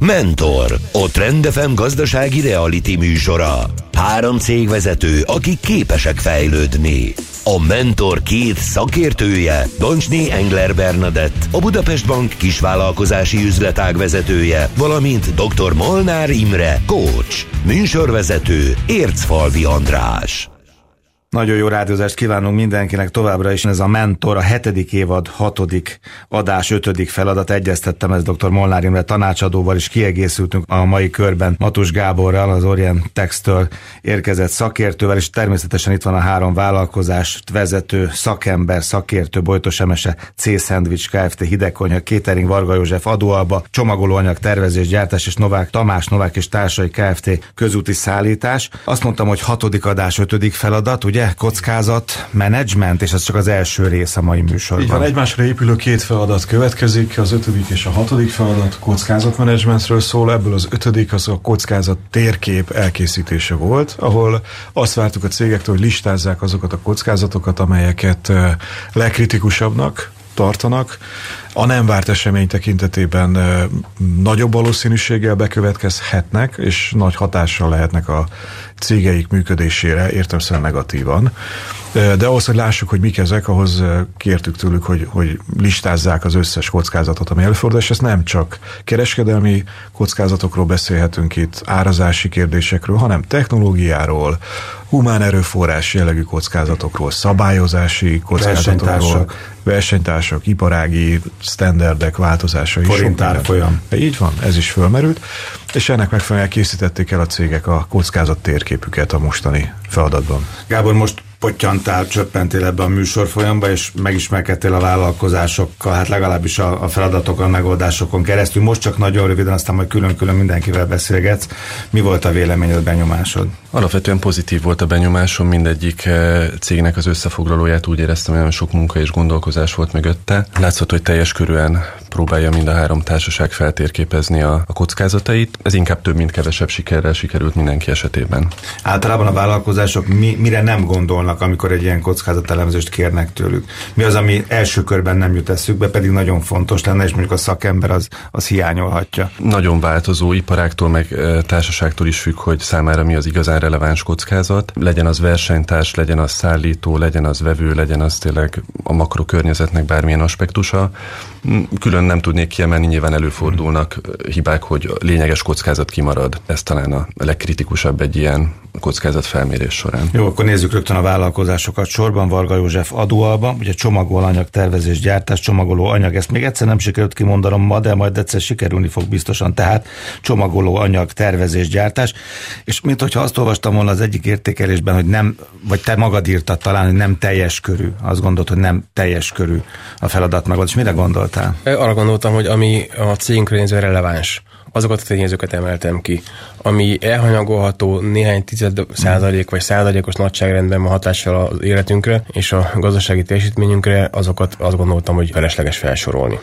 Mentor, a Trend FM gazdasági reality műsora. 3 cégvezető, akik képesek fejlődni. A Mentor 2 szakértője, Doncsné Engler Bernadett, a Budapest Bank kisvállalkozási üzletág vezetője, valamint dr. Molnár Imre, coach. Műsorvezető, Ércfalvi András. Nagyon jó rádiózást kívánunk mindenkinek továbbra is. Ez a Mentor, a 7. évad 6. adás 5. feladat. Egyeztettem ezt dr. Molnár Imre tanácsadóval, és kiegészültünk a mai körben Matus Gáborral, az Orientex-től érkezett szakértővel, és természetesen itt van a 3 vállalkozást vezető szakember, szakértő, Bojtos Emese, C-Szendvics Kft. Hidegkonyha, Catering, Varga József Adóalba, csomagolóanyag, tervezés, gyártás, és Novák Tamás, Novák és társai Kft. Közúti szállítás. Azt mondtam, hogy 6. adás 5. feladat, ugye? Kockázat, menedzsment, és ez csak az első rész a mai műsorban. Így van, egymásra épülő 2 feladat következik, az 5. és a 6. feladat kockázatmenedzsmentről szól, ebből az 5. az a kockázat térkép elkészítése volt, ahol azt vártuk a cégektől, hogy listázzák azokat a kockázatokat, amelyeket legkritikusabbnak tartanak. A nem várt esemény tekintetében nagyobb valószínűséggel bekövetkezhetnek, és nagy hatással lehetnek a cégeik működésére, értelemszerűen negatívan. De ahhoz, hogy lássuk, hogy mik ezek, ahhoz kértük tőlük, hogy listázzák az összes kockázatot, ami előfordul, és ez nem csak kereskedelmi kockázatokról beszélhetünk itt, árazási kérdésekről, hanem technológiáról, humán erőforrás jellegű kockázatokról, szabályozási kockázatokról, versenytársak, iparági sztenderdek változása is. Forintárfolyam. Így van, ez is fölmerült, és ennek megfelelően készítették el a cégek a kockázat térképüket a mostani feladatban. Gábor, most pottyantál, csöppentél ebbe a műsorfolyamba, és megismerkedtél a vállalkozásokkal, hát legalábbis a feladatokon, a megoldásokon keresztül. Most csak nagyon röviden, aztán majd külön-külön mindenkivel beszélgetsz. Mi volt a véleményed, benyomásod? Alapvetően pozitív volt a benyomásom, mindegyik cégnek az összefoglalóját úgy éreztem, hogy nagyon sok munka és gondolkozás volt mögötte. Látszott, hogy teljes körűen próbálja mind a 3 társaság feltérképezni a kockázatait. Ez inkább több, mint kevesebb sikerrel sikerült mindenki esetében. Általában a vállalkozások mire nem gondolnak, amikor egy ilyen kockázatelemzést kérnek tőlük? Mi az, ami első körben nem jut eszükbe, pedig nagyon fontos lenne, és mondjuk a szakember az hiányolhatja? Nagyon változó, iparáktól meg társaságtól is függ, hogy számára mi az igazán releváns kockázat. Legyen az versenytárs, legyen az szállító, legyen az vevő, legyen az tényleg a makrokörnyezetnek bármilyen aspektusa. Külön nem tudnék kiemelni, nyilván előfordulnak hibák, hogy lényeges kockázat kimarad. Ez talán a legkritikusabb egy ilyen kockázatfelmérés során. Jó, akkor nézzük rögtön a vállalkozásokat sorban. Varga József Adóalba, ugye csomagolóanyag, tervezés, gyártás, csomagolóanyag, ezt még egyszer nem sikerült kimondanom ma, de majd egyszer sikerülni fog biztosan, tehát csomagolóanyag, tervezés, gyártás, és mint hogyha azt olvastam volna az egyik értékelésben, hogy nem, vagy te magad írtad talán, hogy nem teljes körű, azt gondolt, hogy nem teljes körű a feladat megoldás. Mire gondoltál? Arra gondoltam, hogy ami a cégünkre nézve releváns, azokat a tényezőket emeltem ki, ami elhanyagolható, néhány 10% vagy százalékos nagyságrendben van hatással az életünkre és a gazdasági teljesítményünkre, azokat azt gondoltam, hogy felesleges felsorolni.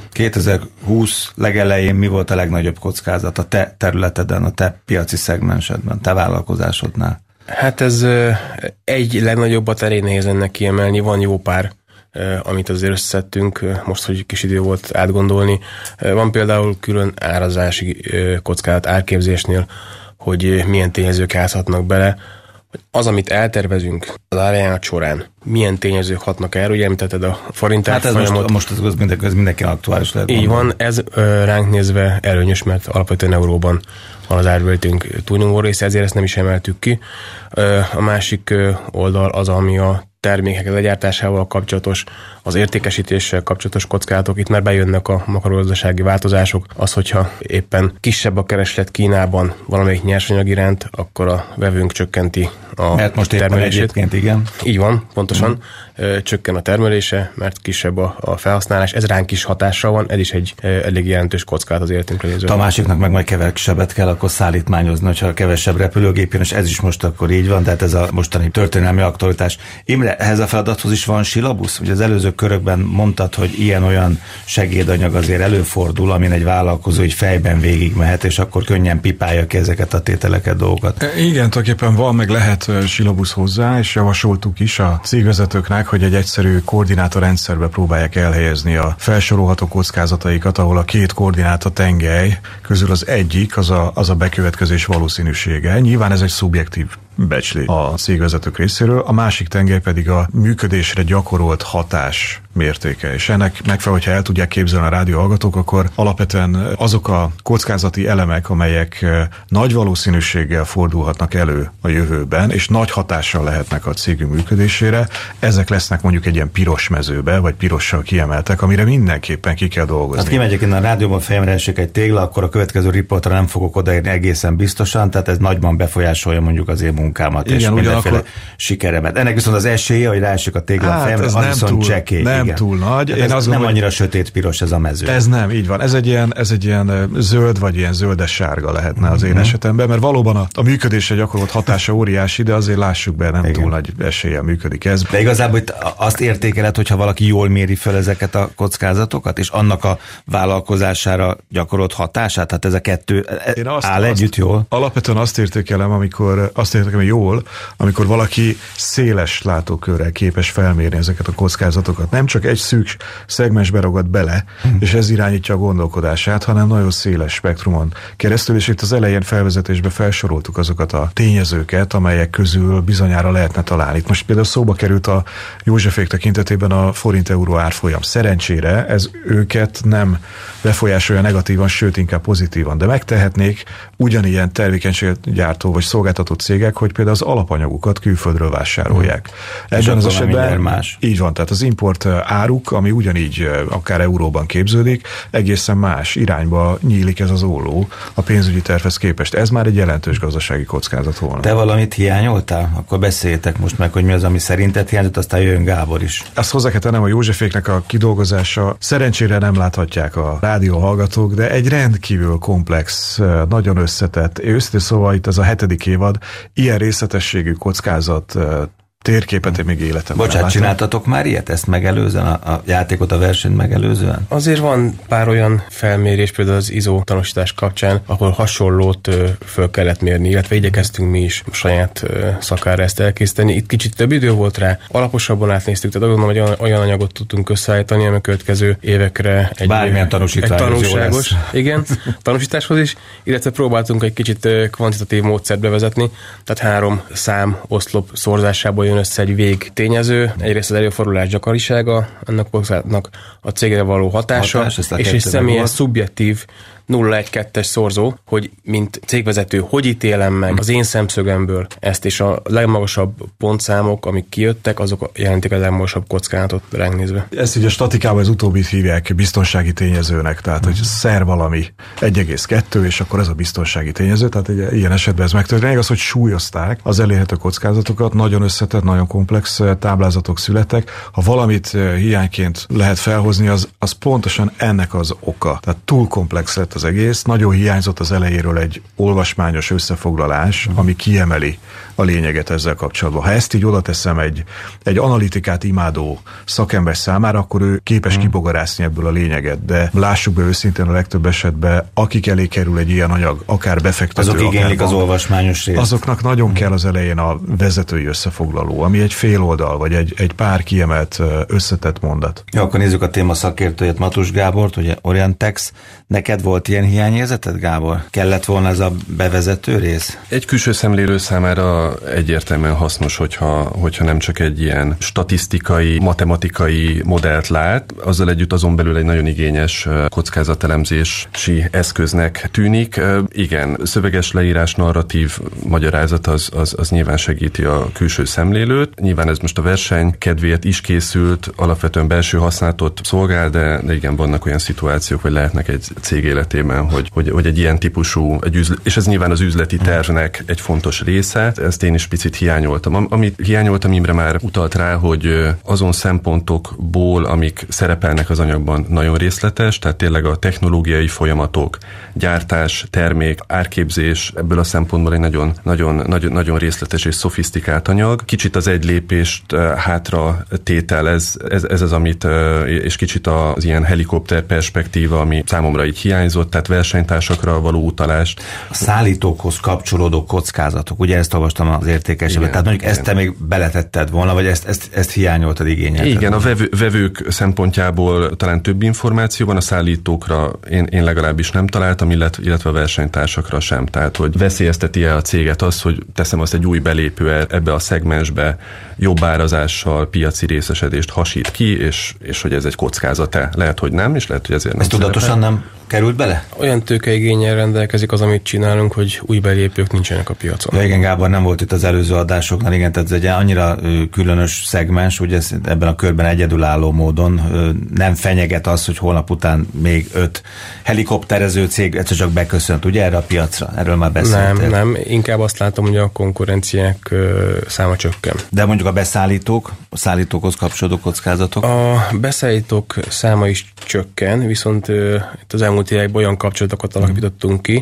2020 legelején mi volt a legnagyobb kockázat a te területeden, a te piaci szegmensedben, te vállalkozásodnál? Hát ez egy legnagyobbat elég nehéz ennek kiemelni, van jó pár, amit azért összeszedtünk, most, hogy kis idő volt átgondolni. Van például külön árazási kockázat árképzésnél, hogy milyen tényezők játszhatnak bele. Az, amit eltervezünk az árajánlat során, milyen tényezők hatnak el, ugye említetted a forintárfolyamot. Hát ez most ez mindenki aktuális lehet. Így van, ez ránk nézve előnyös, mert alapvetően euróban van az árbevételünk túlnyomó része, ezért ezt nem is emeltük ki. A másik oldal az, ami a termékek legyártásával kapcsolatos, az értékesítéssel kapcsolatos kockázatok, itt már bejönnek a makrogazdasági változások. Az, hogyha éppen kisebb a kereslet Kínában valamelyik nyersanyag iránt, akkor a vevőnk csökkenti a mert most termelését. Egyébként igen. Így van, pontosan. Csökken a termelése, mert kisebb a felhasználás. Ez ránk is hatással van, ez is egy elég jelentős kockázat az életünkre nézve. A másiknak meg majd kevesebbet kell akkor szállítmányozni, hogyha kevesebb repülőgép jön, és ez is most akkor így van, tehát ez a mostani történelmi aktualitás. Imre, ehhez a feladathoz is van silabusz? Ugye az előző körökben mondtad, hogy ilyen-olyan segédanyag azért előfordul, amin egy vállalkozó így fejben végigmehet, és akkor könnyen pipálja ki ezeket a tételeket, dolgokat. Igen, tulajdonképpen van, meg lehet zsilabusz hozzá, és javasoltuk is a cégvezetőknek, hogy egy egyszerű koordinátorrendszerbe próbálják elhelyezni a felsorolható kockázataikat, ahol a két koordináta tengely közül az egyik az a bekövetkezés valószínűsége. Nyilván ez egy szubjektív becslés a cégvezetők részéről, a másik tengely pedig a működésre gyakorolt hatás mértéke. És ennek megfelelően, hogyha el tudják képzelni a rádióhallgatók, akkor alapvetően azok a kockázati elemek, amelyek nagy valószínűséggel fordulhatnak elő a jövőben, és nagy hatással lehetnek a cégünk működésére, ezek lesznek mondjuk egy ilyen piros mezőbe, vagy pirossal kiemeltek, amire mindenképpen ki kell dolgozni. Hát kimegyek én a rádióban, fejemre esik egy tégla, akkor a következő riportra nem fogok odaérni egészen biztosan, tehát ez nagyban befolyásolja mondjuk az én munkámat, igen, és mindenféle sikeremet. Ennek viszont az esélye, hogy ráesik a tégla a fejemre, az viszont csekély. Nem túl nagy. Én azt nem annyira sötét-piros ez a mező. Ez nem, így van. Ez egy ilyen zöld, vagy ilyen zöldes-sárga lehetne az én esetemben, mert valóban a működésre gyakorolt hatása óriási, de azért lássuk be, nem túl nagy eséllyel működik ez. De igazából azt értékeled, hogyha valaki jól méri fel ezeket a kockázatokat, és annak a vállalkozására gyakorolt hatását, tehát ez a kettő áll együtt jól? Alapvetően azt értékelem jól, amikor valaki széles látókörrel képes felmérni ezeket a kockázatokat. Nem csak egy szűk szegmensbe ragad bele, és ez irányítja a gondolkodását, hanem nagyon széles spektrumon keresztül, és itt az elején felvezetésben felsoroltuk azokat a tényezőket, amelyek közül bizonyára lehetne találni. Itt most például szóba került a Józsefék tekintetében a forint-euró árfolyam. Szerencsére ez őket nem befolyásolja negatívan, sőt inkább pozitívan, de megtehetnék ugyanilyen termékenységgyártó vagy szolgáltató cégek, hogy például az alapanyagukat külföldről vásárolják. Ebben az esetben más. Így van, tehát az import áruk, ami ugyanígy akár euróban képződik, egészen más irányba nyílik ez az olló a pénzügyi tervhez képest. Ez már egy jelentős gazdasági kockázat volna. Te valamit hiányoltál? Akkor beszéljétek most meg, hogy mi az, ami szerinted hiányzott, aztán jön Gábor is. Azt hozzá kell tennem, a Józseféknek a kidolgozása szerencsére nem láthatják a rádióhallgatók, de egy rendkívül komplex, nagyon összetett, őszintén szóval itt ez a 7. évad, ilyen részletességű kockázat térképet én még életemben Bocsánat, csináltatok már ilyet? Ezt megelőzően, a játékot, a versenyt megelőzően? Azért van pár olyan felmérés, például az ISO tanúsítás kapcsán, ahol hasonlót föl kellett mérni, illetve igyekeztünk mi is saját szakára ezt elkészíteni. Itt kicsit több idő volt rá, alaposabban átnéztük, tehát azt gondolom, hogy olyan anyagot tudtunk összeállítani, ami a következő évekre egy tanulságos, igen, tanúsításhoz is, illetve próbáltunk egy kicsit kvantitatív módszert bevezetni, tehát 3 szám oszlop szorzásából jön össze egy végtényező, egyrészt az előfordulás gyakorisága, ennek a cégre való hatása, és egy személyes szubjektív 0-1-2-es szorzó, hogy mint cégvezető, hogy ítélem meg az én szemszögemből ezt, és a legmagasabb pontszámok, amik kijöttek, azok jelentik a legmagasabb kockázatot ránk nézve. Ezt ugye a statikában az utóbbit hívják biztonsági tényezőnek, tehát hogy szer valami 1,2, és akkor ez a biztonsági tényező, tehát egy ilyen esetben ez megtörténik. Az, hogy súlyozták az elérhető kockázatokat, nagyon összetett, nagyon komplex táblázatok születtek. Ha valamit hiányként lehet felhozni, az pontosan ennek az oka. Tehát túl komplex lett az egész, nagyon hiányzott az elejéről egy olvasmányos összefoglalás, ami kiemeli a lényeget ezzel kapcsolatban. Ha ezt így oda teszem egy analitikát imádó szakember számára, akkor ő képes kibogarászni ebből a lényeget, de lássuk be őszintén a legtöbb esetben, akik elé kerül egy ilyen anyag, akár befektető, azok igénylik az olvasmányos részt. Azoknak nagyon kell az elején a vezetői összefoglaló, ami egy fél oldal, vagy egy pár kiemelt összetett mondat. Jó, akkor nézzük a téma szakértőjét, Matus Gábort, ugye Orientex. Neked volt ilyen hiányérzeted, Gábor? Kellett volna ez a bevezető rész? Egy külső szemlélő számára egyértelműen hasznos, hogyha nem csak egy ilyen statisztikai, matematikai modellt lát, azzal együtt azon belül egy nagyon igényes kockázatelemzési eszköznek tűnik. Igen, szöveges leírás, narratív magyarázat az nyilván segíti a külső szemlélőt. Nyilván ez most a verseny kedvéért is készült, alapvetően belső használatot szolgál, de igen, vannak olyan szituációk, vagy lehetnek egy cég életében, hogy egy ilyen típusú, és ez nyilván az üzleti tervnek egy fontos része, ezt én is picit hiányoltam. Amit hiányoltam, Imre már utalt rá, hogy azon szempontokból, amik szerepelnek az anyagban, nagyon részletes, tehát tényleg a technológiai folyamatok, gyártás, termék, árképzés, ebből a szempontból egy nagyon részletes és szofisztikált anyag. Kicsit az egy lépést hátra tétel, ez az, amit, és kicsit az ilyen helikopter perspektíva, ami számomra így hiányzott, célzott, tehát versenytársakra való utalást. A szállítókhoz kapcsolódó kockázatok, ugye ezt olvastam az értékelésben, tehát mondjuk ezt te még beletetted volna, vagy ezt hiányoltad, igényelted? Igen, a vevők szempontjából talán több információ van, a szállítókra én legalábbis nem találtam, illetve a versenytársakra sem. Tehát, hogy veszélyezteti-e a céget az, hogy teszem azt, egy új belépő ebbe a szegmensbe jobb árazással piaci részesedést hasít ki, és hogy ez egy kockázat-e. Lehet, hogy nem, és lehet, hogy ezért nem. Ez tudatosan nem került bele? Olyan tőkeigénnyel rendelkezik az, amit csinálunk, hogy új belépők nincsenek a piacon. Ja, igen, Gábor nem volt itt az előző adásoknál, igen, tehát ez egy annyira különös szegmens, hogy ez ebben a körben egyedülálló módon nem fenyeget az, hogy holnap után még 5 helikopterező cég egyszer csak beköszönt, ugye erre a piacra? Erről már beszéltél. Nem, inkább azt látom, hogy a konkurenciák száma csökken. De mondjuk a szállítókhoz kapcsolódó kockázatok? A beszállítók száma is csökken, viszont itt az elmúlt években olyan kapcsolatokat alakítottunk ki,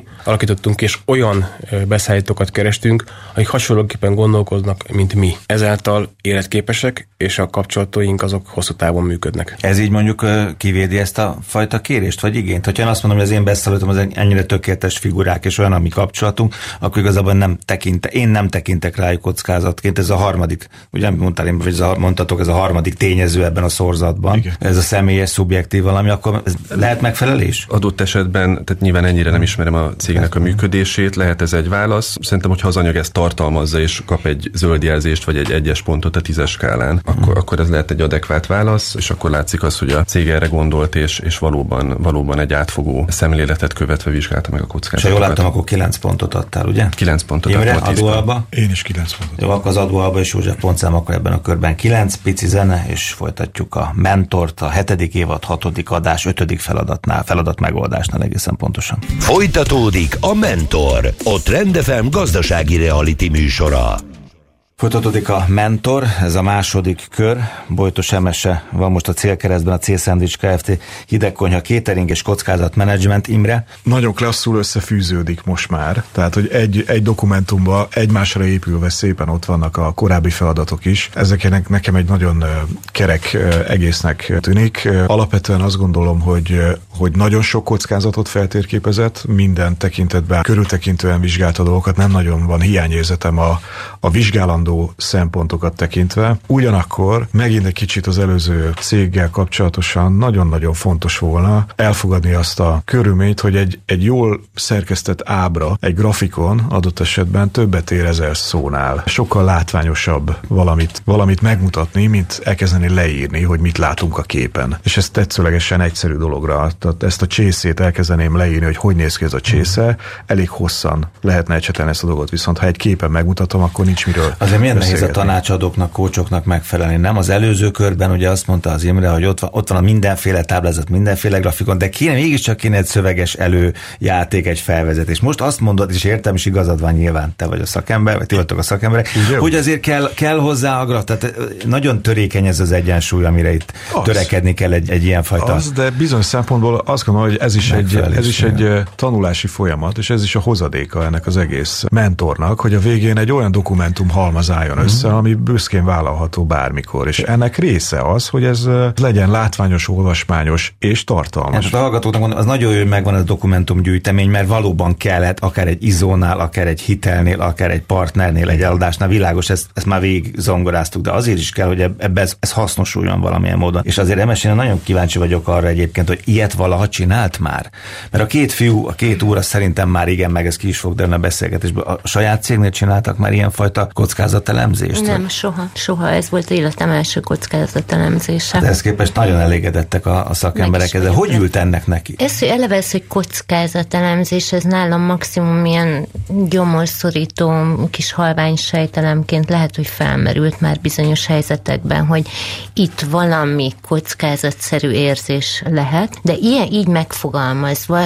és olyan beszállítókat kerestünk, akik hasonlóképpen gondolkoznak, mint mi. Ezáltal életképesek, és a kapcsolataink azok hosszú távon működnek. Ez így mondjuk kivédi ezt a fajta kérést, vagy igényt? Hogyha én azt mondom, hogy az én beszállítom az ennyire tökéletes figurák, és olyan a mi kapcsolatunk, akkor igazából én nem tekintek rájuk kockázatként. Ez a harmadik, ugye mondtatok, ez a harmadik tényező ebben a szorzatban. Igen. Ez a személyes, szubjektív valami, akkor ez lehet megfelelés? Adott esetben, tehát nyilván ennyire nem ismerem a cégnek a működését, lehet ez egy válasz. Szerintem, hogyha az anyag ezt tartalmazza, és kap egy zöld jelzést, vagy egy 1-es pontot a 10-es skálán, akkor ez lehet egy adekvát válasz, és akkor látszik az, hogy a cég erre gondolt, és valóban egy átfogó szemléletet követve vizsgálta meg a kockázatokat. És ha jól láttam, akkor 9 pontot adtál, ugye? 9 pontot adtam a 10-ben. Adóalba? Én is 9 pontot. Jó, akkor az adóalba és József pontszám akkor ebben a körben 9, pici zene, és folytatjuk a Mentort, a 7. évad 6. adás 5. feladat megoldásnál egészen pontosan. Folytatódik a Mentor, a Trend FM gazdasági reality műsora. Folytatódik a Mentor, ez a második kör. Bojtos Emese van most a célkeresztben, a C-Sandwich Kft. hidegkonyha, catering és kockázatmenedzsment. Imre? Nagyon klasszul összefűződik most már, tehát hogy egy dokumentumban egymásra épülve szépen ott vannak a korábbi feladatok is. Ezeknek nekem egy nagyon kerek egésznek tűnik. Alapvetően azt gondolom, hogy nagyon sok kockázatot feltérképezett, minden tekintetben körültekintően vizsgálta dolgokat, nem nagyon van hiányérzetem a vizsgálandó szempontokat tekintve. Ugyanakkor megint egy kicsit az előző céggel kapcsolatosan nagyon-nagyon fontos volna elfogadni azt a körülményt, hogy egy jól szerkesztett ábra, egy grafikon adott esetben többet ér 1000 szónál. Sokkal látványosabb valamit megmutatni, mint elkezdeni leírni, hogy mit látunk a képen. És ez tetszőlegesen egyszerű dologra. Tehát ezt a csészét elkezdeném leírni, hogy néz ki ez a csésze, elég hosszan lehetne ecsetelni ezt a dolgot, viszont ha egy képen megmutatom, akkor nincs miről. Azért milyen nehéz a tanácsadóknak, kócsoknak megfelelni, nem? Az előző körben ugye azt mondta az Imre, hogy ott van a mindenféle táblázat, mindenféle grafikon, de mégiscsak kéne egy szöveges előjáték, egy felvezetés. Most azt mondod, és értem, és igazad van, nyilván te vagy a szakember, vagy ti vagytok a szakemberek, ugye, hogy azért kell hozzá tehát nagyon törékeny ez az egyensúly, amire itt törekedni kell egy ilyen fajta. Az, de bizonyos szempontból azt gondolom, hogy ez is egy tanulási folyamat, és ez is a hozadéka ennek az egész mentornak, hogy a végén egy olyan dokumentum halmaz álljon össze, ami büszkén vállalható bármikor. És ennek része az, hogy ez legyen látványos, olvasmányos és tartalmas. Hát a hallgatóknak mondom, az nagyon jó, hogy megvan ez a dokumentumgyűjtemény, mert valóban kellett akár egy izónál, akár egy hitelnél, akár egy partnernél, egy eladásnál, világos, ezt már végig zongoráztuk, de azért is kell, hogy ebbe ez hasznosuljon valamilyen módon. És azért Emesén nagyon kíváncsi vagyok arra egyébként, hogy ilyet valaha csinált már. Mert a két úr, szerintem már igen, meg ez ki is fog derülni a beszélgetésből. A saját cégnél csináltak már ilyenfajta kockázatelemzést? Nem, soha. Ez volt életem első kockázatelemzése. De ezt képest nagyon elégedettek a szakemberek ezzel. Hogy ült ennek neki? Ez, hogy kockázatelemzés, ez nálam maximum ilyen gyomorszorító kis halvány sejtelemként lehet, hogy felmerült már bizonyos helyzetekben, hogy itt valami kockázatszerű érzés lehet, de így megfogalmazva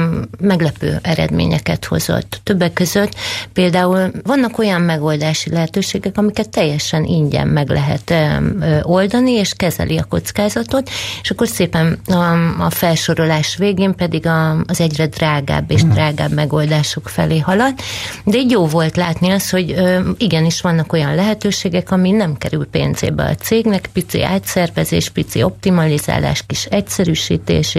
meglepő eredményeket hozott. Többek között például vannak olyan megoldási lehetőségek, lehetőségek, amiket teljesen ingyen meg lehet oldani, és kezeli a kockázatot, és akkor szépen a felsorolás végén pedig az egyre drágább és drágább megoldások felé halad. De így jó volt látni azt, hogy igenis vannak olyan lehetőségek, ami nem kerül pénzébe a cégnek, pici átszervezés, pici optimalizálás, kis egyszerűsítés,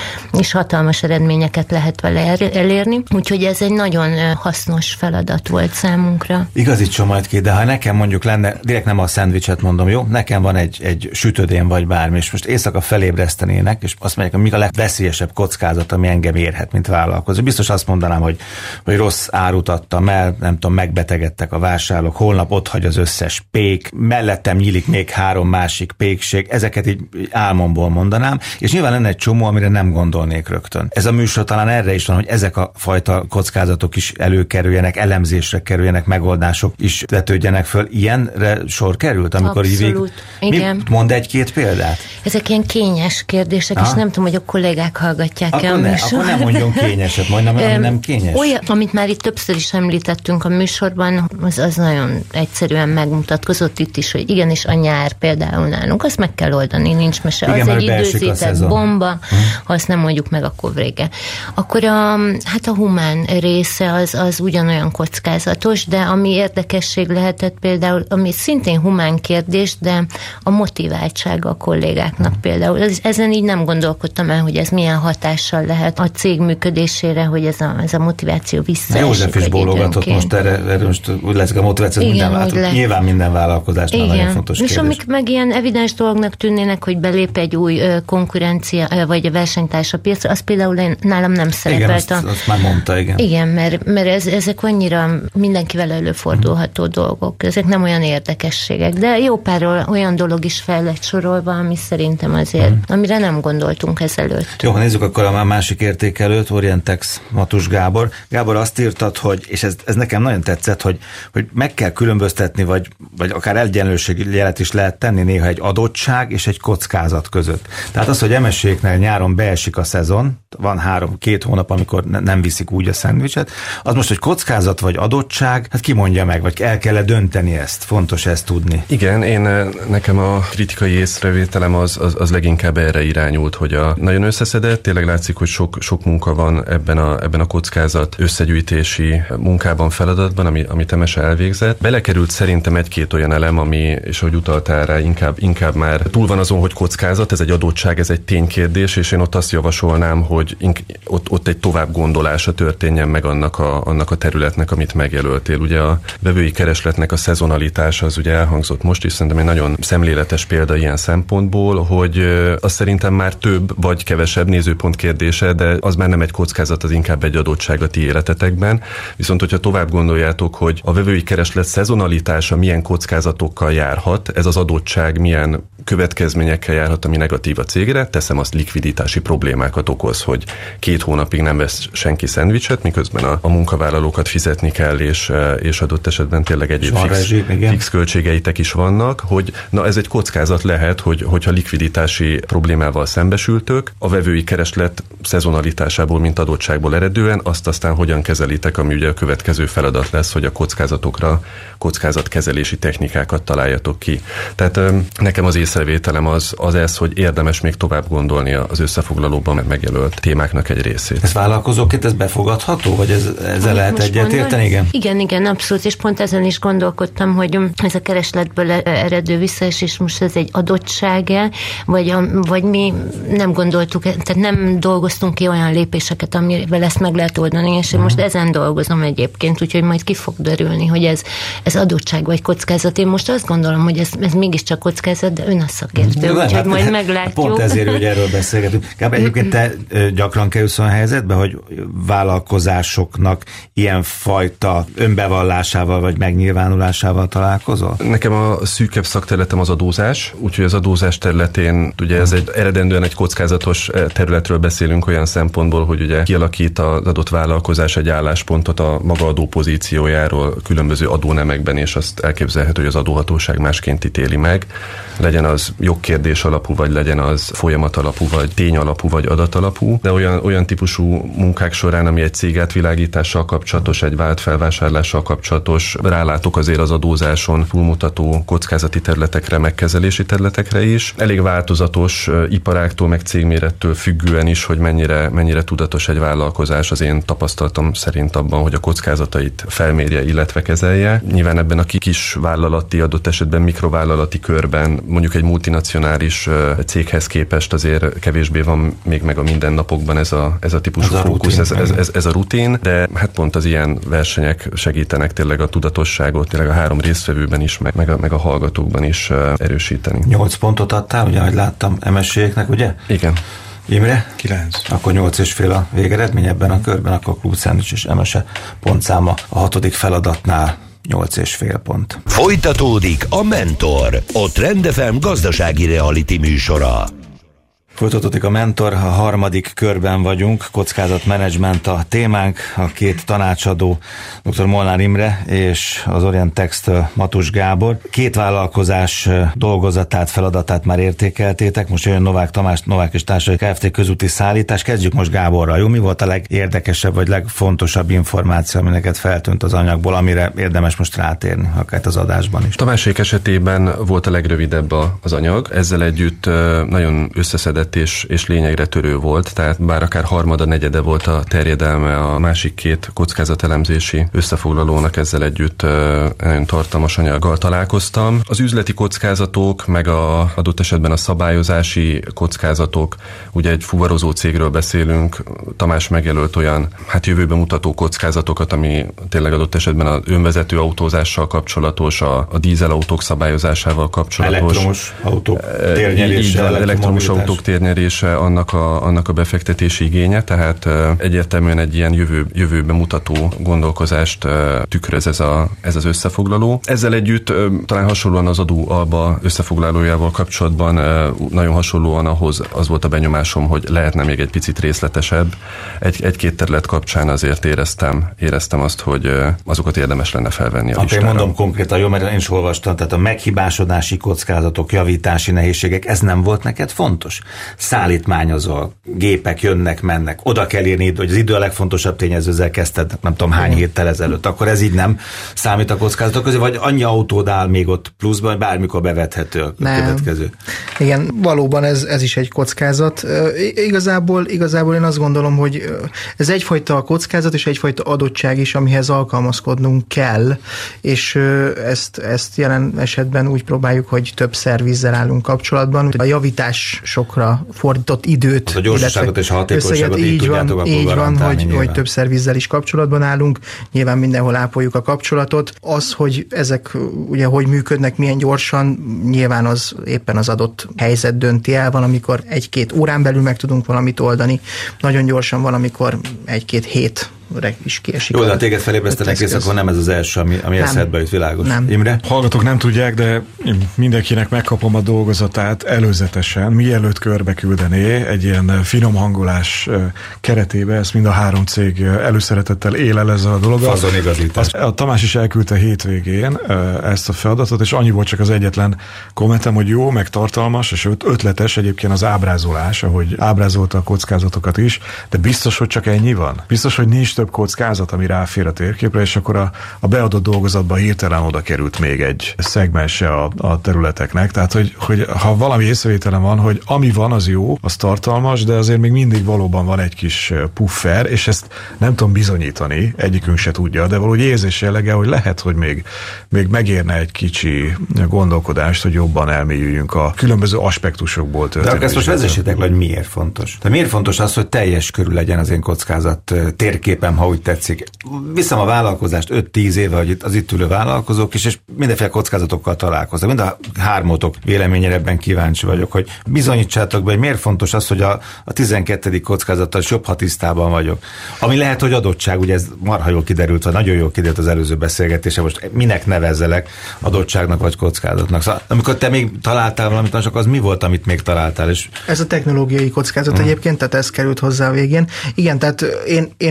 és hatalmas eredményeket lehet vele elérni. Úgyhogy ez egy nagyon hasznos feladat volt számunkra. Igazi csomagkét, de ha nekem mondjuk lenne, direkt nem a szendvicset mondom, jó? Nekem van egy sütődén vagy bármi, és most éjszaka felébresztenének, és azt mondják, hogy mi a legveszélyesebb kockázat, ami engem érhet, mint vállalkozó. Biztos azt mondanám, hogy rossz árut adtam el, nem tudom, megbetegedtek a vásárlók, holnap ott hagy az összes pék, mellettem nyílik még 3 másik pékség, ezeket így álmomból mondanám, és nyilván lenne egy csomó, amire nem gondolnék rögtön. Ez a műsor talán erre is van, hogy ezek a fajta kockázatok is előkerüljenek, elemzésre kerüljenek, megoldások is vetődjenek föl. Ilyenre sor került, amikor abszolút. Igen. Mond 1-2 példát? Ezek ilyen kényes kérdések, és nem tudom, hogy a kollégák hallgatják-e a műsor. Akkor nem mondjon kényeset, majdnem nem kényes. Olyan, amit már itt többször is említettünk a műsorban, az nagyon egyszerűen megmutatkozott itt is, hogy igenis a nyár például nálunk, azt meg kell oldani, nincs mese. Igen, az egy időzített bomba, ha azt nem mondjuk meg, akkor vége. Akkor a humán része az ugyanolyan kockázatos, de ami érdekesség lehetett például, ami szintén humán kérdés, de a motiváltsága a kollégáknak például. Ezen így nem gondolkodtam el, hogy ez milyen hatással lehet a cég működésére, hogy ez a motiváció visszaesik. József is bólogatott most erre most úgy lesz a motiváció, nyilván minden vállalkozásnál nagyon fontos kérdés. És amik meg ilyen evidens dolognak tűnnének, hogy belép egy új konkurencia, vagy a versenytárs a piacra, az például nálam nem szerepelt. Igen, azt már mondta, igen. Igen, mert ezek annyira mindenkivel előfordulható dolgok. Ezek nem olyan érdekességek, de jó pár olyan dolog is fel lett sorolva, ami szerintem azért, amire nem gondoltunk ezelőtt. Jó, ha nézzük akkor a másik értékelőt, Orientex Matus Gábor. Gábor, azt írtad, hogy, és ez nekem nagyon tetszett, hogy meg kell különböztetni, vagy akár egyenlőségjelet is lehet tenni néha egy adottság és egy kockázat között. Tehát az, hogy MSZ-éknél nyáron beesik a szezon, van 2 hónap, amikor nem viszik úgy a szendvicset, az most, hogy kockázat vagy adottság, hát ki mondja meg, vagy el kell dönteni ezt? Fontos ezt tudni. Igen, nekem a kritikai észrevételem az leginkább erre irányult, hogy nagyon összeszedett, tényleg látszik, hogy sok munka van ebben a kockázat összegyűjtési munkában, feladatban, amit MSE elvégzett. Belekerült szerintem 1-2 olyan elem, ami, és ahogy utaltál rá, inkább már túl van azon, hogy kockázat, ez egy adottság, ez egy ténykérdés, és én ott azt javasolnám, hogy ott egy tovább gondolása történjen meg annak a területnek, amit megjelöltél. Ugye a vevői keresletnek a szezonalitása az ugye elhangzott most is, szerintem egy nagyon szemléletes példa ilyen szempontból, hogy az szerintem már több vagy kevesebb nézőpont kérdése, de az már nem egy kockázat, az inkább egy adottság a ti életetekben. Viszont, hogyha tovább gondoljátok, hogy a vevői kereslet szezonalitása milyen kockázatokkal járhat, ez az adottság milyen következményekkel járhat, ami negatív a cégre, teszem azt, likviditási problémákat okoz, hogy 2 hónapig nem vesz senki szendvicset, miközben a munkavállalókat fizetni kell, és adott esetben tényleg egyéb fix költségeitek is vannak, hogy na ez egy kockázat lehet, hogyha likviditási problémával szembesültök, a vevői kereslet szezonalitásából, mint adottságból eredően, azt aztán hogyan kezelitek, ami ugye a következő feladat lesz, hogy a kockázatokra kockázatkezelési technikákat találjatok ki. Tehát nekem az észrevételem az ez, hogy érdemes még tovább gondolni az összefoglalóban megjelölt témáknak egy részét. Ez vállalkozóként ez befogadható, vagy ezzel lehet egyetérteni? Igen, abszolút, és pont ezen is gondolkodtam, hogy ez a keresletből eredő visszaesés most ez egy adottság-e, vagy mi nem gondoltuk, tehát nem dolgoztunk ki olyan lépéseket, amivel ezt meg lehet oldani, és én most ezen dolgozom egyébként, úgyhogy majd ki fog derülni, hogy ez adottság vagy kockázat. Én most azt gondolom, hogy ez mégiscsak kockázat, de ön a szakértő, úgyhogy majd meglátjuk. Pont ezért, hogy erről beszélgetünk. Gábor, egyébként te gyakran kerülsz olyan helyzetbe, hogy vállalkozásoknak ilyenfajta önbevallásával vagy megnyilvánulásával találkozol? Nekem a szűkebb szakterületem az adózás, úgyhogy az adózás területén ugye ez eredendően egy kockázatos területről beszélünk olyan szempontból, hogy ugye kialakít az adott vállalkozás egy álláspontot a maga adópozíciójáról különböző adónemekben, és azt elképzelhető, hogy az adóhatóság másként ítéli meg. Legyen az jogkérdés alapú, vagy legyen az folyamat alapú, vagy tény alapú, vagy adat alapú, de olyan típusú munkák során, ami egy cég átvilágítással kapcsolatos, egy vált felvásárlással kapcsolatos, rálátó kockázatok azért az adózáson túlmutató kockázati területekre, megkezelési területekre is. Elég változatos iparáktól, meg cégmérettől függően is, hogy mennyire tudatos egy vállalkozás, az én tapasztalatom szerint abban, hogy a kockázatait felmérje, illetve kezelje. Nyilván ebben a kis vállalati, adott esetben mikrovállalati körben, mondjuk egy multinacionális céghez képest azért kevésbé van még meg a mindennapokban ez a típusú fókusz, ez a rutin, de hát pont az ilyen versenyek segítenek tényleg a tudatosságot, tényleg a 3 résztvevőben is, meg a hallgatókban is erősíteni. 8 pontot adtál, ugye, ahogy láttam, MS-ségnek, ugye? Igen. Imre? 9. Akkor 8,5 a végeredmény ebben a körben, akkor Klub Szendvics és MS-e pontszáma a 6. feladatnál 8,5 pont. Folytatódik a Mentor, a Trend FM gazdasági reality műsora. Folytatódik a Mentor, a 3. körben vagyunk, kockázatmenedzsment a témánk, a 2 tanácsadó, dr. Molnár Imre és az Orientext Matus Gábor. 2 vállalkozás dolgozatát, feladatát már értékeltétek, most jön Novák Tamás, Novák és Társai Kft. Közúti szállítás. Kezdjük most Gáborral, jó? Mi volt a legérdekesebb vagy legfontosabb információ, ami neked feltűnt az anyagból, amire érdemes most rátérni, akár az adásban is? Tamásék esetében volt a legrövidebb az anyag, ezzel együtt nagyon összeszedett és lényegre törő volt, tehát bár akár harmada, negyede volt a terjedelme a másik 2 kockázatelemzési összefoglalónak, ezzel együtt nagyon tartalmas anyaggal találkoztam. Az üzleti kockázatok, meg adott esetben a szabályozási kockázatok, ugye egy fuvarozó cégről beszélünk, Tamás megjelölt olyan jövőbe mutató kockázatokat, ami tényleg adott esetben az önvezető autózással kapcsolatos, a dízelautók szabályozásával kapcsolatos. Elektromos autók térnyerése, elektromos autók térnyerése, annak a befektetési igénye, tehát egyértelműen egy ilyen jövőbe mutató gondolkozást tükröz ez az összefoglaló. Ezzel együtt talán hasonlóan az adó alba összefoglalójával kapcsolatban nagyon hasonlóan ahhoz az volt a benyomásom, hogy lehetne még egy picit részletesebb. Egy-két terület kapcsán azért éreztem azt, hogy azokat érdemes lenne felvenni a listára. Mondom konkrétan, jó, mert én is olvastam, tehát a meghibásodási kockázatok, javítási nehézségek, ez nem volt neked fontos? Szállítmányozol, gépek jönnek, mennek, oda kell írni, hogy az idő a legfontosabb tényező, ezzel kezdted, nem tudom hány héttel ezelőtt, akkor ez így nem számít a kockázatok közé, vagy annyi autód áll még ott pluszban, hogy bármikor bevethető a következő? Igen, valóban ez is egy kockázat. Igazából én azt gondolom, hogy ez egyfajta kockázat és egyfajta adottság is, amihez alkalmazkodnunk kell, és ezt jelen esetben úgy próbáljuk, hogy több szervizzel állunk kapcsolatban. A javításokra fordított időt, a gyorsaságot és a hatékonyságot így van, hogy több szervizzel is kapcsolatban állunk. Nyilván mindenhol ápoljuk a kapcsolatot. Az, hogy ezek ugye hogy működnek, milyen gyorsan, nyilván az éppen az adott helyzet dönti el. Van, amikor 1-2 órán belül meg tudunk valamit oldani. Nagyon gyorsan van, amikor 1-2 hét is kiesik. Jó, de ha téged felébresztenek, és akkor nem ez az első, ami eszedbe jut, világos. Nem. Imre? Hallgatók nem tudják, de mindenkinek megkapom a dolgozatát előzetesen, mielőtt körbe küldené egy ilyen finom hangolás keretébe, ezt mind a 3 cég előszeretettel él el ezzel a dologgal. Fazonigazítás. A Tamás is elküldte hétvégén ezt a feladatot, és annyi volt csak az egyetlen kommentem, hogy jó, meg tartalmas, és ötletes egyébként az ábrázolás, ahogy ábrázolta a kockázatokat is, de biztos, hogy csak ennyi van. Biztos, hogy nincs több kockázat, ami ráfér a térképre, és akkor a beadott dolgozatban hirtelen oda került még egy szegmense a területeknek. Tehát, hogy ha valami észrevételem van, hogy ami van, az jó, az tartalmas, de azért még mindig valóban van egy kis puffer, és ezt nem tudom bizonyítani, egyikünk se tudja, de valahogy érzés jellege, hogy lehet, hogy még megérne egy kicsi gondolkodást, hogy jobban elmélyüljünk a különböző aspektusokból történő. De ezt most vezessétek le, hogy miért fontos. De miért fontos az, hogy teljes körül legyen az én kockázat térképen, ha úgy tetszik. Viszem a vállalkozást 5-10 éve, hogy az itt ülő vállalkozók is, és mindenféle kockázatokkal találkoznak. Mind a 3 véleményére ebben kíváncsi vagyok, hogy bizonyítsátok be, hogy miért fontos az, hogy a 12. kockázattal jobb, ha tisztában vagyok. Ami lehet, hogy adottság, ugye ez marha jól kiderült, vagy nagyon jól kiderült az előző beszélgetése, most minek nevezzelek, adottságnak vagy kockázatnak. Szóval, amikor te még találtál valamit, csak az mi volt, amit még találtál? És... Ez a technológiai kockázat egyébként, tehát ez került hozzá a végén. Igen, tehát én úgy álltam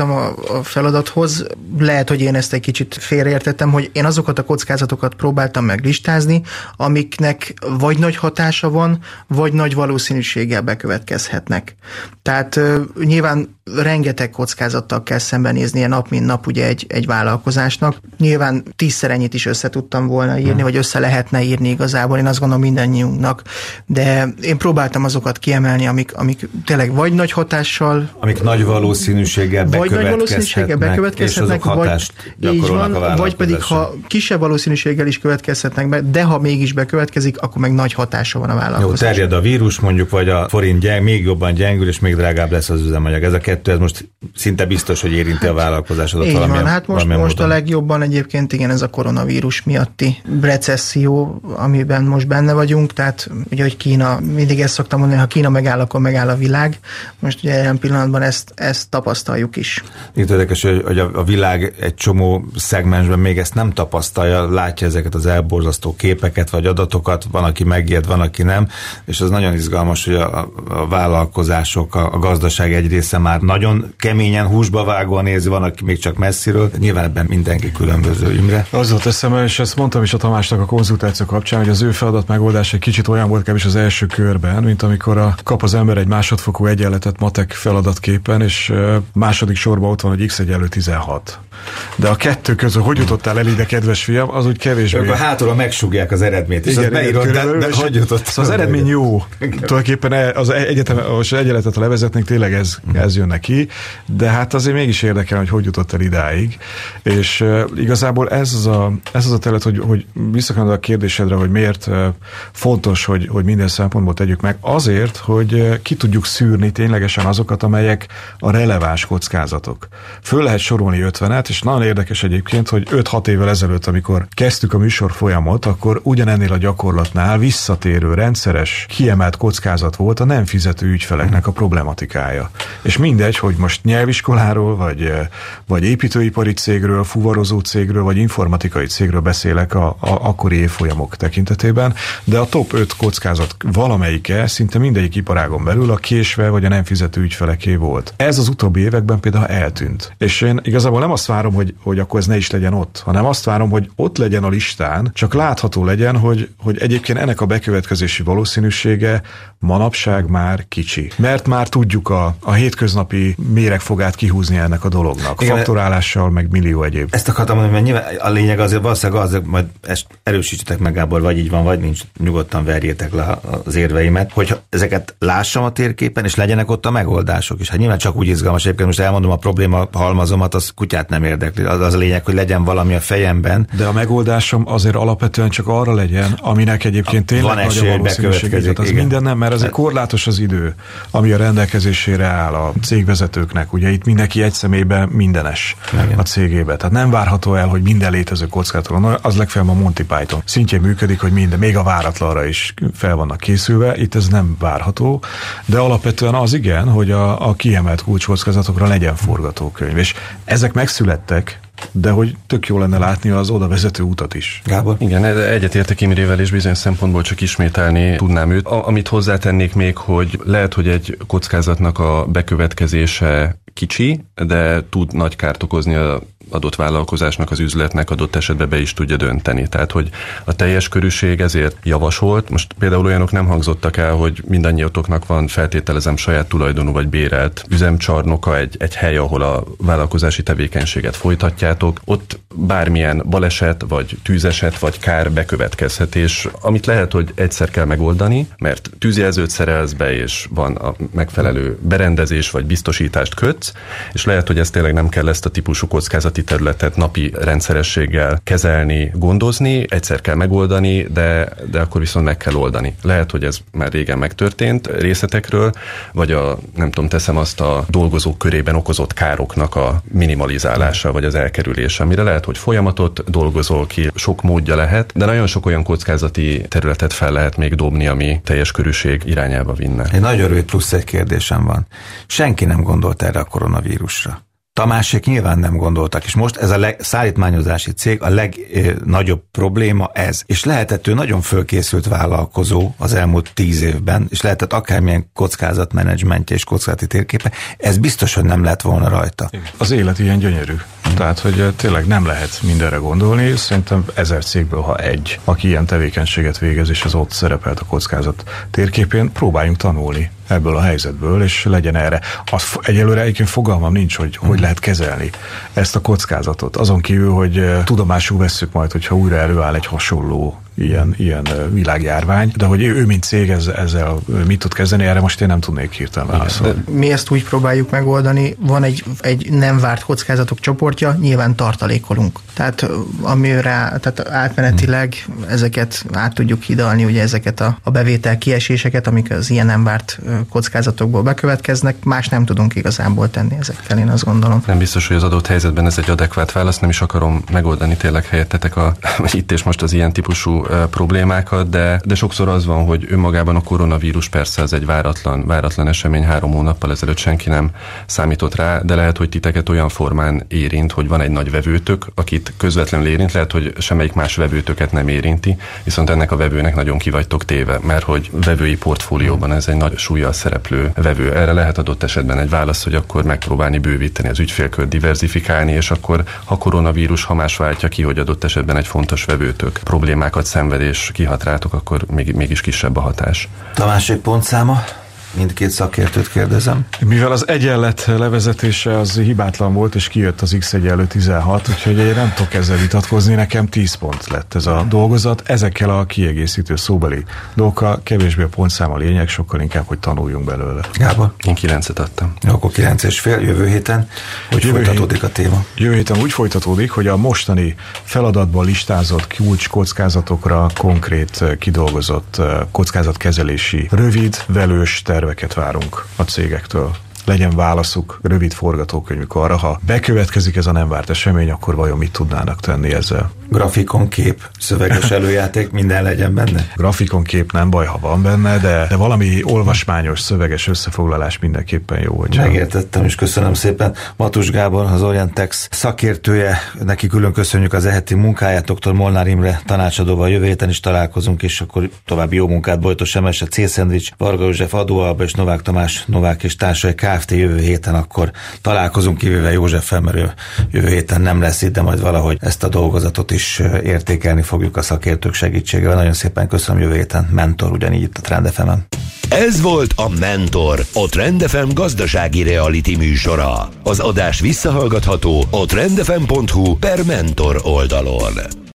hozzászóltam a feladathoz. Lehet, hogy én ezt egy kicsit félreértettem, hogy én azokat a kockázatokat próbáltam meg listázni, amiknek vagy nagy hatása van, vagy nagy valószínűséggel bekövetkezhetnek. Tehát nyilván rengeteg kockázattal kell szembenéznie nap mint nap ugye egy vállalkozásnak. Nyilván 10-szer ennyit is össze tudtam volna írni, vagy össze lehetne írni igazából, én azt gondolom mindannyiunknak, de én próbáltam azokat kiemelni, amik tényleg vagy nagy hatással, amik nagy valószínűséggel bekövetkezhetnek, és azok hatást gyakorolnak a vállalkozásra. Vagy pedig, ha kisebb valószínűséggel is következhetnek be, de ha mégis bekövetkezik, akkor meg nagy hatása van a vállalkozásra. Jó, terjed a vírus mondjuk, vagy a forint még jobban gyengül, és még drágább lesz az üzemanyag. Ez a kettő, ez most szinte biztos, hogy érinti a vállalkozásodat valamilyen. Hát most a legjobban egyébként igen, ez a koronavírus miatti recesszió, amiben most benne vagyunk, tehát ugye, hogy Kína, mindig ezt szoktam mondani, ha Kína megáll, akkor megáll a világ. Most ugye ilyen pillanatban ezt tapasztaljuk is. Itt érdekes, hogy a világ egy csomó szegmensben még ezt nem tapasztalja, látja ezeket az elborzasztó képeket vagy adatokat, van, aki megijed, van, aki nem, és az nagyon izgalmas, hogy a vállalkozások, a gazdaság egy része már nagyon keményen húsba vágóan nézi, van, aki még csak messziről. Nyilván ebben mindenki különböző, Imre. Az volt eszembe, és ezt mondtam is a Tamásnak a konzultáció kapcsán, hogy az ő feladat megoldás egy kicsit olyan volt kevés az első körben, mint amikor kap az ember egy másodfokú egyenletet matek feladatképpen, és második sorban ott van, hogy x egyenlő 16. De a kettő közül hogy jutottál el ide, kedves fiam, az úgy kevésbé. Akkor hátulra megsúgják az eredményt, és igen, beírod, de hogy jutott? Szóval az eredmény jó. Tulajdonképpen az egyenletet, ha levezetnénk, tényleg ez jön neki, de hát azért mégis érdekel, hogy jutott el idáig. És igazából ez az a terület, hogy visszakanyarodva a kérdésedre, hogy miért fontos, hogy minden szempontból tegyük meg. Azért, hogy ki tudjuk szűrni ténylegesen azokat, amelyek a releváns kockázatok. Föl lehet sorolni 50-et, és nagyon érdekes egyébként, hogy 5-6 évvel ezelőtt, amikor kezdtük a műsor folyamot, akkor ugyanennél a gyakorlatnál visszatérő, rendszeres, kiemelt kockázat volt a nem fizető ügyfeleknek a problematikája. És mindegy, hogy most nyelviskoláról, vagy építőipari cégről, fuvarozó cégről, vagy informatikai cégről beszélek a akkori évfolyamok tekintetében, de a top 5 kockázat valamelyike, szinte mindegyik iparágon belül a késve vagy a nem fizető ügyfeleké volt. Ez az utóbbi években például eltűnt. És én igazából nem azt várom, hogy akkor ez ne is legyen ott, hanem azt várom, hogy ott legyen a listán, csak látható legyen, hogy egyébként ennek a bekövetkezési valószínűsége manapság már kicsi. Mert már tudjuk a hétköznapi méregfogát kihúzni ennek a dolognak. Igen, faktorálással, meg millió egyéb. Ezt akartam mondani, mert nyilván a lényeg azért valószínűleg az, majd ezt erősítsetek meg, Gábor, vagy így van, vagy nincs, nyugodtan verjétek le az érveimet, hogy ezeket lássam a térképen, és legyenek ott a megoldások is. Hát nyilván csak úgy izgalmas, egyébként most elmondom a probléma halmazomat, az kutyát nem érdekli. Az a lényeg, hogy legyen valami a fejemben. De a megoldásom azért alapvetően csak arra legyen, aminek egyébként tényleg nagy a valószínűség. Az minden nem, mert azért korlátos az idő, ami a rendelkezésére áll a cégvezetőknek. Ugye itt mindenki egy személyben mindenes a cégébe. Tehát nem várható el, hogy minden létező kockázaton, az legfeljebb a Monty Python szintjén működik, hogy minden, még a váratlanra is fel vannak készülve. Itt ez nem várható, de alapvetően az igen, hogy a kiemelt kulcskockázatokra legyen forgatókönyv. És ezek megszülettek, de hogy tök jó lenne látni az oda vezető utat is. Gábor? Igen, egyetértek Imrével, és bizonyos szempontból csak ismételni tudnám őt. Amit hozzátennék még, hogy lehet, hogy egy kockázatnak a bekövetkezése kicsi, de tud nagy kárt okozni a adott vállalkozásnak, az üzletnek adott esetben be is tudja dönteni. Tehát, hogy a teljes körűség ezért javasolt. Most például olyanok nem hangzottak el, hogy mindannyiatoknak van, feltételezem, saját tulajdonú vagy bérelt üzemcsarnoka, egy hely, ahol a vállalkozási tevékenységet folytatjátok. Ott bármilyen baleset, vagy tűzeset, vagy kár bekövetkezhet, és amit lehet, hogy egyszer kell megoldani, mert tűzjelzőt szerelsz be, és van a megfelelő berendezés, vagy biztosítást kötsz, és lehet, hogy ez tényleg nem kell ezt a típusú kockázati területet napi rendszerességgel kezelni, gondozni, egyszer kell megoldani, de akkor viszont meg kell oldani. Lehet, hogy ez már régen megtörtént részletekről, vagy teszem azt a dolgozók körében okozott károknak a minimalizálása, vagy az elkerülése, amire lehet, hogy folyamatot dolgozol ki, sok módja lehet, de nagyon sok olyan kockázati területet fel lehet még dobni, ami teljes körűség irányába vinne. Egy nagyon rövid plusz egy kérdésem van. Senki nem gondolt erre a koronavírusra. Tamásék nyilván nem gondoltak, és most ez a szállítmányozási cég, a legnagyobb probléma ez. És lehetett ő nagyon fölkészült vállalkozó az elmúlt 10 évben, és lehetett akármilyen kockázatmenedzsmentje és kockázati térképe, ez biztos, hogy nem lett volna rajta. Az élet ilyen gyönyörű. Tehát, hogy tényleg nem lehet mindenre gondolni. Szerintem 1000 cégből, ha egy, aki ilyen tevékenységet végez, és az ott szerepelt a kockázat térképén, próbáljunk tanulni ebből a helyzetből, és legyen erre. Egyelőre egyébként fogalmam nincs, hogy lehet kezelni ezt a kockázatot. Azon kívül, hogy tudomásul vesszük majd, hogyha újra előáll egy hasonló ilyen világjárvány, de hogy ő mint cég ezzel mit tud kezdeni, erre most én nem tudnék hirtelen válaszolni. Mi ezt úgy próbáljuk megoldani, van egy nem várt kockázatok csoportja, nyilván tartalékolunk. Tehát tehát átmenetileg ezeket át tudjuk hidalni, ugye ezeket a bevétel kieséseket, amik az ilyen nem várt kockázatokból bekövetkeznek, más nem tudunk igazából tenni ezekkel, én azt gondolom. Nem biztos, hogy az adott helyzetben ez egy adekvát válasz, nem is akarom megoldani tényleg helyettetek itt és most az ilyen típusú problémákat, de sokszor az van, hogy önmagában a koronavírus persze az egy váratlan esemény, 3 hónappal ezelőtt senki nem számított rá, de lehet, hogy titeket olyan formán érint, hogy van egy nagy vevőtök, akit közvetlenül érint, lehet, hogy semmelyik más vevőtöket nem érinti, viszont ennek a vevőnek nagyon ki vagytok téve, mert hogy vevői portfólióban ez egy nagy súllyal szereplő vevő. Erre lehet adott esetben egy válasz, hogy akkor megpróbálni bővíteni az ügyfélkört, diverzifikálni, és akkor ha koronavírus, ha más váltja ki, hogy adott esetben egy fontos vevőtök problémákat szenvedés kihat rátok, akkor mégis kisebb a hatás. Tamásék pontszáma? Mindkét szakértőt kérdezem. Mivel az egyenlet levezetése az hibátlan volt, és kijött az X egyenlő 16, úgyhogy én nem tudok ezzel vitatkozni, nekem 10 pont lett ez a dolgozat. Ezekkel a kiegészítő szóbeli dolgokkal kevésbé a pontszám a lényeg, sokkal inkább, hogy tanuljunk belőle. Gábor? Én 9-et adtam. Akkor 9,5, jövő héten. Hogy folytatódik a téma? Jövő héten úgy folytatódik, hogy a mostani feladatban listázott kulcs kockázatokra konkrét kidolgozott kockázatkezelési rövid, velős terveket várunk a cégektől. Legyen válaszuk, rövid forgatókönyvük arra, ha bekövetkezik ez a nem várt esemény, akkor vajon mit tudnának tenni ezzel? Grafikon, kép, szöveges előjáték, minden legyen benne? Grafikon, kép nem baj, ha van benne, de valami olvasmányos, szöveges összefoglalás mindenképpen jó. Hogyha... Megértettem, és köszönöm szépen. Matus Gábor, az Orientex szakértője, neki külön köszönjük az eheti munkáját, dr. Molnár Imre tanácsadóval jövő héten is találkozunk, és akkor további jó munkát Bojtos Emese, C-Szendvics, Varga József Adóalba és Novák Tamás, Novák és társai Kft. Jövő héten akkor találkozunk, kivéve Józseffel, mert ő jövő héten nem lesz itt, de majd valahogy ezt a dolgozatot is értékelni fogjuk a szakértők segítségével. Nagyon szépen köszönöm, jövő héten Mentor, ugyanígy itt a Trend FM-en. Ez volt a Mentor, a Trend FM gazdasági reality műsora. Az adás visszahallgatható a trendfm.hu/mentor oldalon.